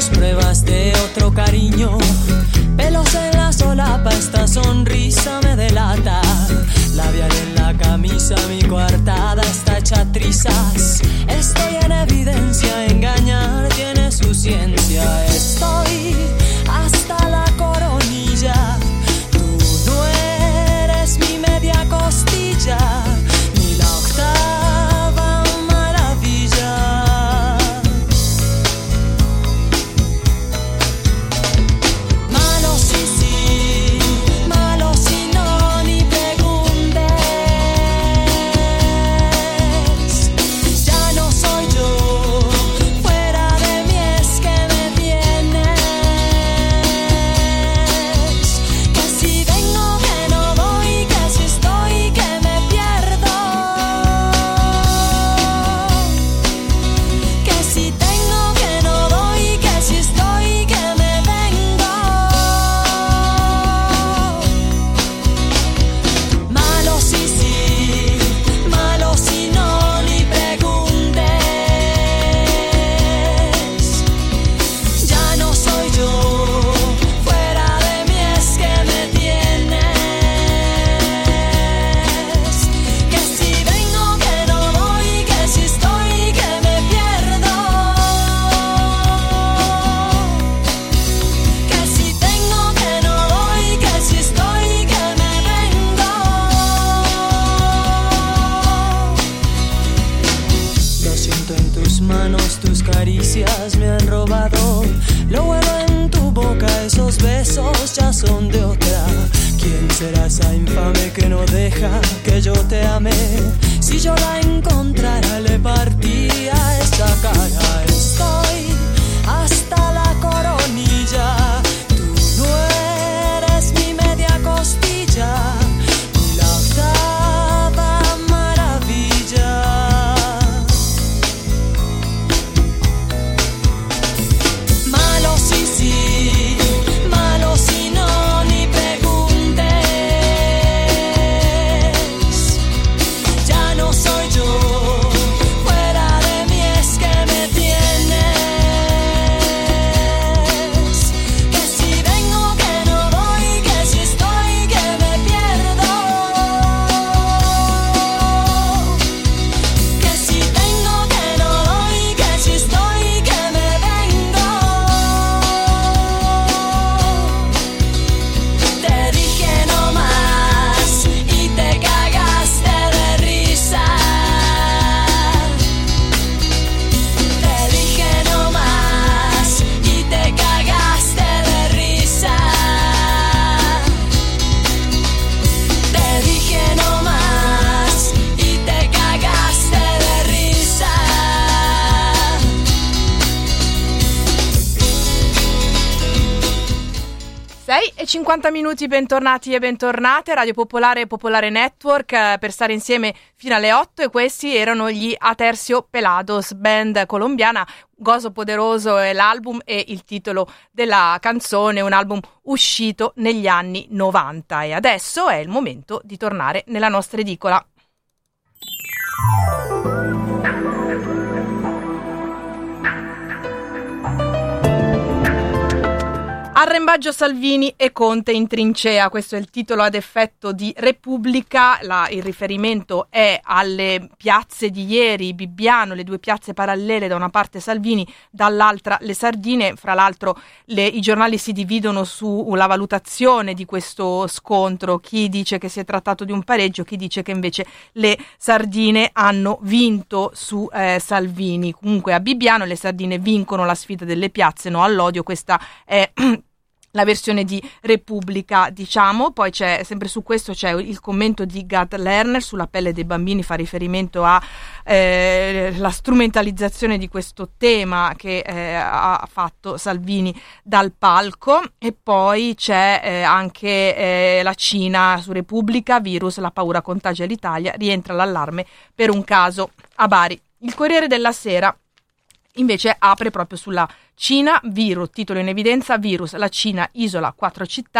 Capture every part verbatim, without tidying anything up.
años pruebas de otro cariño. Pelos en la solapa, esta sonrisa me delata. Labial en la camisa, mi coartada está hecha trizas. Estoy en evidencia, engañar tiene su ciencia. Estoy hasta la coronilla. Tú no eres mi media costilla, ni la octava maravilla. Malo sí, sí, malo si no, ni preguntes. Ya no soy yo, fuera de mí es que me tienes. Que si vengo, que no voy, que si estoy, que me pierdo. Que si tengo, que no doy, que si estoy, que me vengo. Malo sí, sí, malo si no, ni preguntes. Ya no soy yo, fuera de mí es que me tienes. Que si vengo, que no voy, que si estoy, que me pierdo. Que si tengo, que no doy, que si estoy, que me vengo. Lo siento en tus manos, tus caricias me han robado. Lo huelo en tu boca, esos besos ya son de otra. ¿Quién será esa infame que no deja que yo te ame? Si yo la encontrara, le partía esa cara. Estoy hasta la coronilla. Tú no eres mi media costilla, ni la octava maravilla. Malo sí, sí, malo si no, ni preguntes. Ya no soy yo, fuera de mí es que me tienes. Que si vengo, que no voy, que si estoy, que me pierdo. Que si tengo, que no doy, que si estoy, que me vengo. Te dije no más y te cagaste de risa. Te dije no más y te cagaste de risa. Te dije no más y te cagaste de risa. sei e cinquanta minuti, bentornati e bentornate, Radio Popolare e Popolare Network, eh, per stare insieme fino alle otto, e questi erano gli Aterciopelados, band colombiana. Gozo Poderoso è l'album e il titolo della canzone, un album uscito negli anni novanta, e adesso è il momento di tornare nella nostra edicola. Arrembaggio Salvini e Conte in trincea, questo è il titolo ad effetto di Repubblica. La, il riferimento è alle piazze di ieri, Bibbiano, le due piazze parallele, da una parte Salvini, dall'altra le sardine. Fra l'altro le, i giornali si dividono sulla valutazione di questo scontro, chi dice che si è trattato di un pareggio, chi dice che invece le sardine hanno vinto su eh, Salvini. Comunque a Bibbiano le sardine vincono la sfida delle piazze, no all'odio. Questa è la versione di Repubblica, diciamo. Poi c'è, sempre su questo c'è il commento di Gad Lerner sulla pelle dei bambini, fa riferimento a eh, la strumentalizzazione di questo tema che eh, ha fatto Salvini dal palco. E poi c'è eh, anche eh, la Cina su Repubblica, virus, la paura contagia l'Italia, rientra l'allarme per un caso a Bari. Il Corriere della Sera invece apre proprio sulla Cina, virus, titolo in evidenza, virus, la Cina isola quattro città,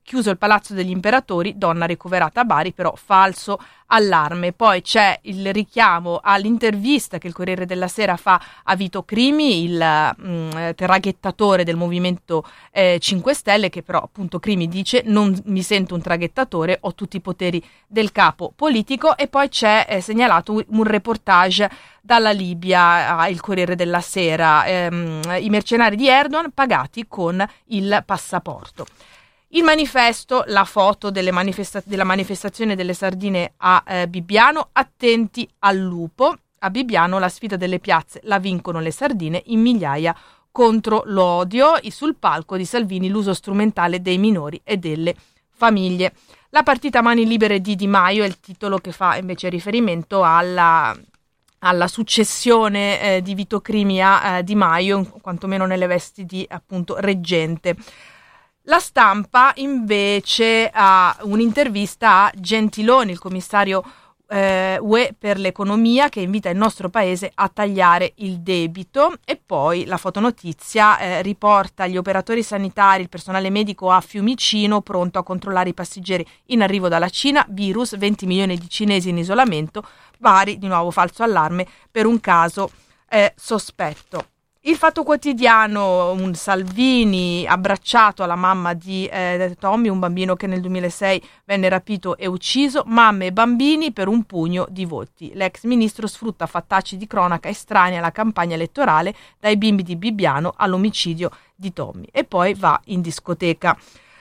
chiuso il palazzo degli imperatori, donna ricoverata a Bari, però falso allarme. Poi c'è il richiamo all'intervista che il Corriere della Sera fa a Vito Crimi, il mh, traghettatore del Movimento eh, cinque Stelle, che però appunto Crimi dice: non mi sento un traghettatore, ho tutti i poteri del capo politico. E poi c'è eh, segnalato un reportage dalla Libia al Corriere della Sera, ehm, i mercenari di Erdogan pagati con il passaporto. Il manifesto, la foto delle manifesta- della manifestazione delle sardine a eh, Bibbiano, attenti al lupo. A Bibbiano la sfida delle piazze la vincono le sardine in migliaia contro l'odio. E sul palco di Salvini l'uso strumentale dei minori e delle famiglie. La partita a mani libere di Di Maio è il titolo che fa invece riferimento alla, alla successione eh, di Vito Crimi a eh, Di Maio, quantomeno nelle vesti di appunto reggente. La Stampa invece ha un'intervista a Gentiloni, il commissario eh, U E per l'economia, che invita il nostro paese a tagliare il debito. E poi la fotonotizia eh, riporta gli operatori sanitari, il personale medico a Fiumicino pronto a controllare i passeggeri in arrivo dalla Cina, virus, venti milioni di cinesi in isolamento, Bari, di nuovo falso allarme per un caso eh, sospetto. Il Fatto Quotidiano, un Salvini abbracciato alla mamma di eh, Tommy, un bambino che nel duemilasei venne rapito e ucciso, mamme e bambini per un pugno di voti. L'ex ministro sfrutta fattacci di cronaca estranei alla campagna elettorale, dai bimbi di Bibbiano all'omicidio di Tommy. E poi va in discoteca.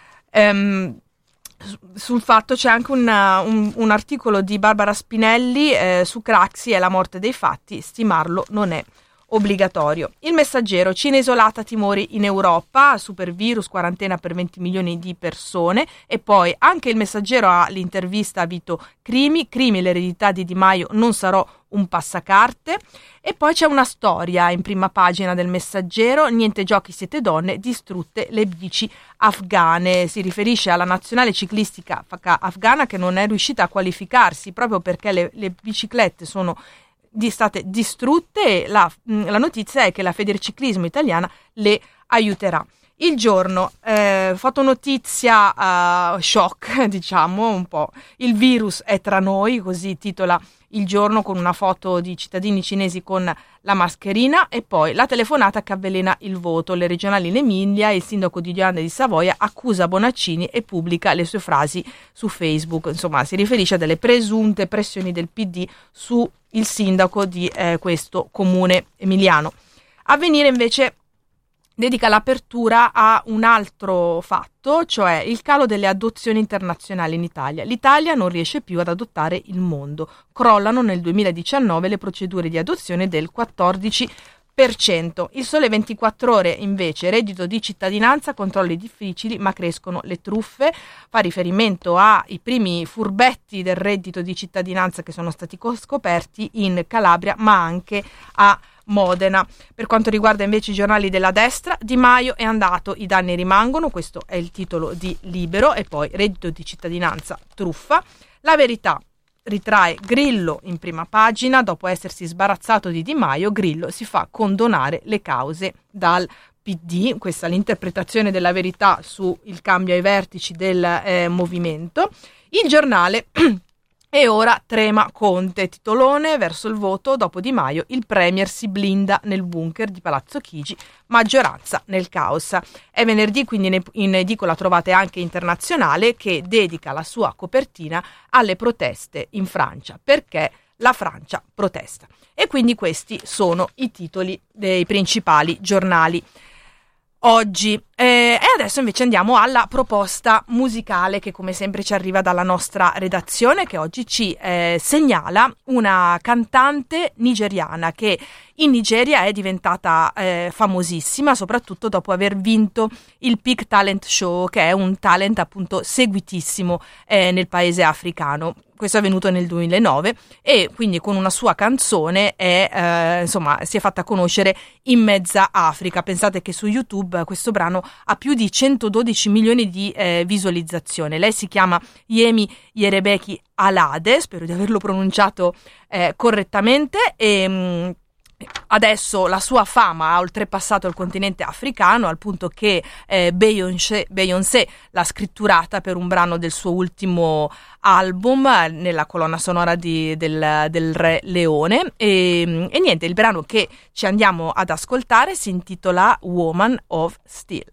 Um, Sul Fatto c'è anche un, un, un articolo di Barbara Spinelli eh, su Craxi e la morte dei fatti, stimarlo non è obbligatorio. Il Messaggero, Cina isolata, timori in Europa, supervirus, quarantena per venti milioni di persone. E poi anche il Messaggero ha l'intervista a Vito Crimi, Crimi l'eredità di Di Maio, non sarò un passacarte. E poi c'è una storia in prima pagina del Messaggero, niente giochi siete donne, distrutte le bici afghane. Si riferisce alla nazionale ciclistica afghana che non è riuscita a qualificarsi proprio perché le, le biciclette sono di state distrutte. E la, la notizia è che la Federciclismo italiana le aiuterà. Il Giorno, eh, fotonotizia uh, shock, diciamo un po', il virus è tra noi, così titola Il Giorno, con una foto di cittadini cinesi con la mascherina. E poi la telefonata che avvelena il voto, le regionali in Emilia, il sindaco di Diane di Savoia accusa Bonaccini e pubblica le sue frasi su Facebook. Insomma, si riferisce a delle presunte pressioni del P D su il sindaco di eh, questo comune emiliano. Avvenire invece dedica l'apertura a un altro fatto, cioè il calo delle adozioni internazionali in Italia. L'Italia non riesce più ad adottare il mondo. Crollano nel duemiladiciannove le procedure di adozione del quattordici per cento. Il Sole ventiquattro Ore invece, reddito di cittadinanza, controlli difficili ma crescono le truffe. Fa riferimento ai primi furbetti del reddito di cittadinanza che sono stati scoperti in Calabria, ma anche a Modena. Per quanto riguarda invece i giornali della destra, Di Maio è andato, i danni rimangono, questo è il titolo di Libero. E poi reddito di cittadinanza, truffa. La Verità ritrae Grillo in prima pagina, dopo essersi sbarazzato di Di Maio, Grillo si fa condonare le cause dal P D. Questa è l'interpretazione della Verità sul cambio ai vertici del eh, movimento. Il Giornale E ora trema Conte, titolone, verso il voto dopo Di Maio, il premier si blinda nel bunker di Palazzo Chigi, maggioranza nel caos. È venerdì, quindi in edicola trovate anche Internazionale, che dedica la sua copertina alle proteste in Francia, perché la Francia protesta. E quindi questi sono i titoli dei principali giornali oggi. Eh, e adesso invece andiamo alla proposta musicale che come sempre ci arriva dalla nostra redazione, che oggi ci eh, segnala una cantante nigeriana che in Nigeria è diventata eh, famosissima soprattutto dopo aver vinto il Peak Talent Show, che è un talent appunto seguitissimo eh, nel paese africano. Questo è avvenuto nel duemilanove e quindi con una sua canzone è, eh, insomma, si è fatta conoscere in mezza Africa. Pensate che su YouTube questo brano ha più di centododici milioni di eh, visualizzazioni. Lei si chiama Yemi Yerebeki Alade, spero di averlo pronunciato eh, correttamente, e mh, adesso la sua fama ha oltrepassato il continente africano, al punto che eh, Beyoncé, Beyoncé l'ha scritturata per un brano del suo ultimo album, nella colonna sonora di, del, del Re Leone. E, e niente, il brano che ci andiamo ad ascoltare si intitola Woman of Steel.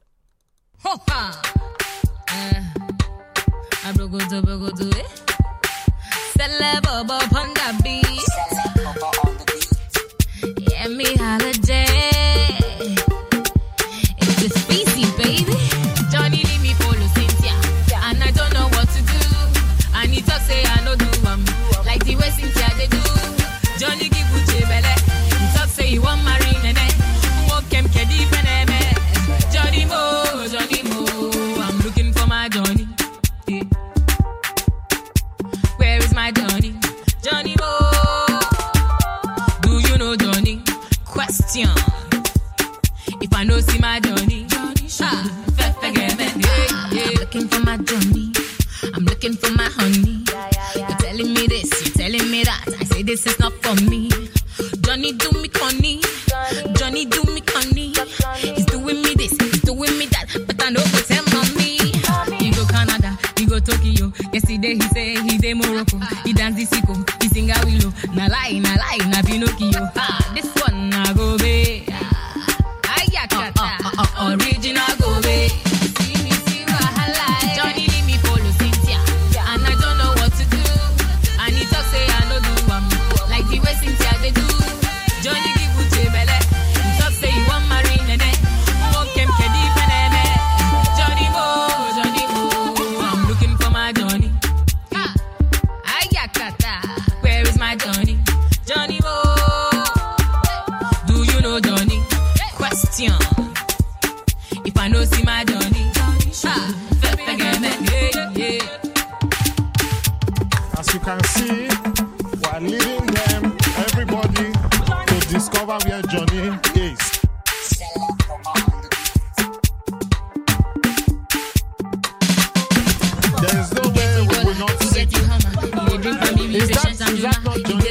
Yeah, me holiday. It's a species, baby. Johnny leave me follow Cynthia, and I don't know what to do. And he talk say I no do um like the way Cynthia they do. Johnny give Uche belle. He talk say he want marry nene. Walk him kedi peneme. Johnny Mo, Johnny Mo. I'm looking for my Johnny. Yeah. Where is my Johnny? Johnny Mo. Do you know Johnny? Question. If I know see my Johnny, ah, forget me. Yeah, yeah. Looking for my Johnny. I'm looking for my honey. You're telling me this, you're telling me that. I say this is not for me. Johnny do me conny. Johnny do me conny. He's doing me this, he's doing me that. But I know go tell mommy. He go Canada, he go Tokyo. Yesterday he say he dey Morocco. He dance the sicko, he sing a willow. Na lie, na lie, na Pinocchio. Ah, this one na go be. Uh, uh, uh, uh, original go be. See me, see wahala. Johnny leave me follow Cynthia, and I don't know what to do. And he talk say I no do um like the way Cynthia they do. Johnny give Uche belle. He talk say he want marry nene. Walk him kedi peneme. Johnny Mo, Johnny Mo. I'm looking for my Johnny. Ah, ayakata. Where is my Johnny? Johnny Mo. Do you know Johnny? Question. If I know see my Johnny, ah, forget me. Yeah, yeah. As you can see, we're leading them, everybody, to discover where Johnny is. There is no way we will not see you. Is that, is that not Johnny?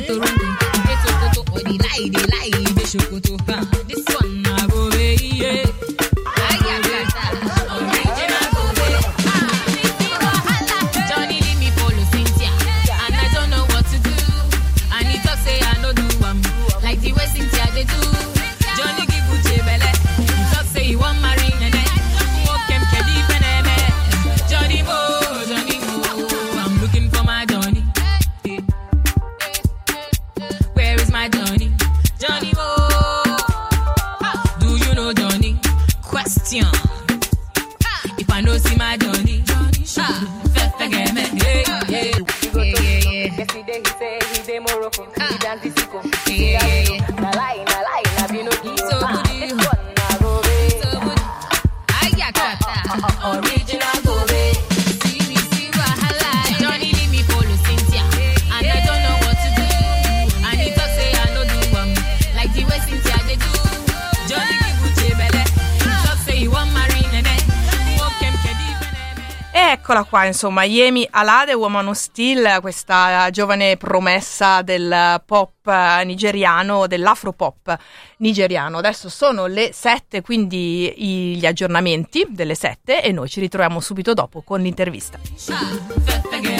This one I go away, yeah. Johnny leave me follow Cynthia, and I don't know what to do. And he talk say I no do um like the way Cynthia they do. Johnny give Uche belle. He talk say he want marry nene. Walk him kedi peneme. Johnny Mo, Johnny Mo. I'm looking for my Johnny. Where is my Johnny? Johnny Mo. Do you know Johnny? Question. If I know see my Johnny, ah, forget me. Yeah, yeah, yeah, yeah. Yesterday he say he dey Morocco, he dance the sicko. Yeah, yeah, yeah. Na lie, na lie, na Pinocchio. So good, this one na go be. So good. Ayakata, original go be. See me, see wahala. Johnny leave me follow Cynthia, and I don't know what to do. And he talk say I no do um like the way Cynthia they do. Johnny give Uche belle. He talk say he want marry nene. Walk him kedi peneme. E eccola qua, insomma, Yemi Alade, Woman of Steel, questa giovane promessa del pop nigeriano, dell'afropop nigeriano. Adesso sono le sette, quindi gli aggiornamenti delle sette, e noi ci ritroviamo subito dopo con l'intervista. Ah,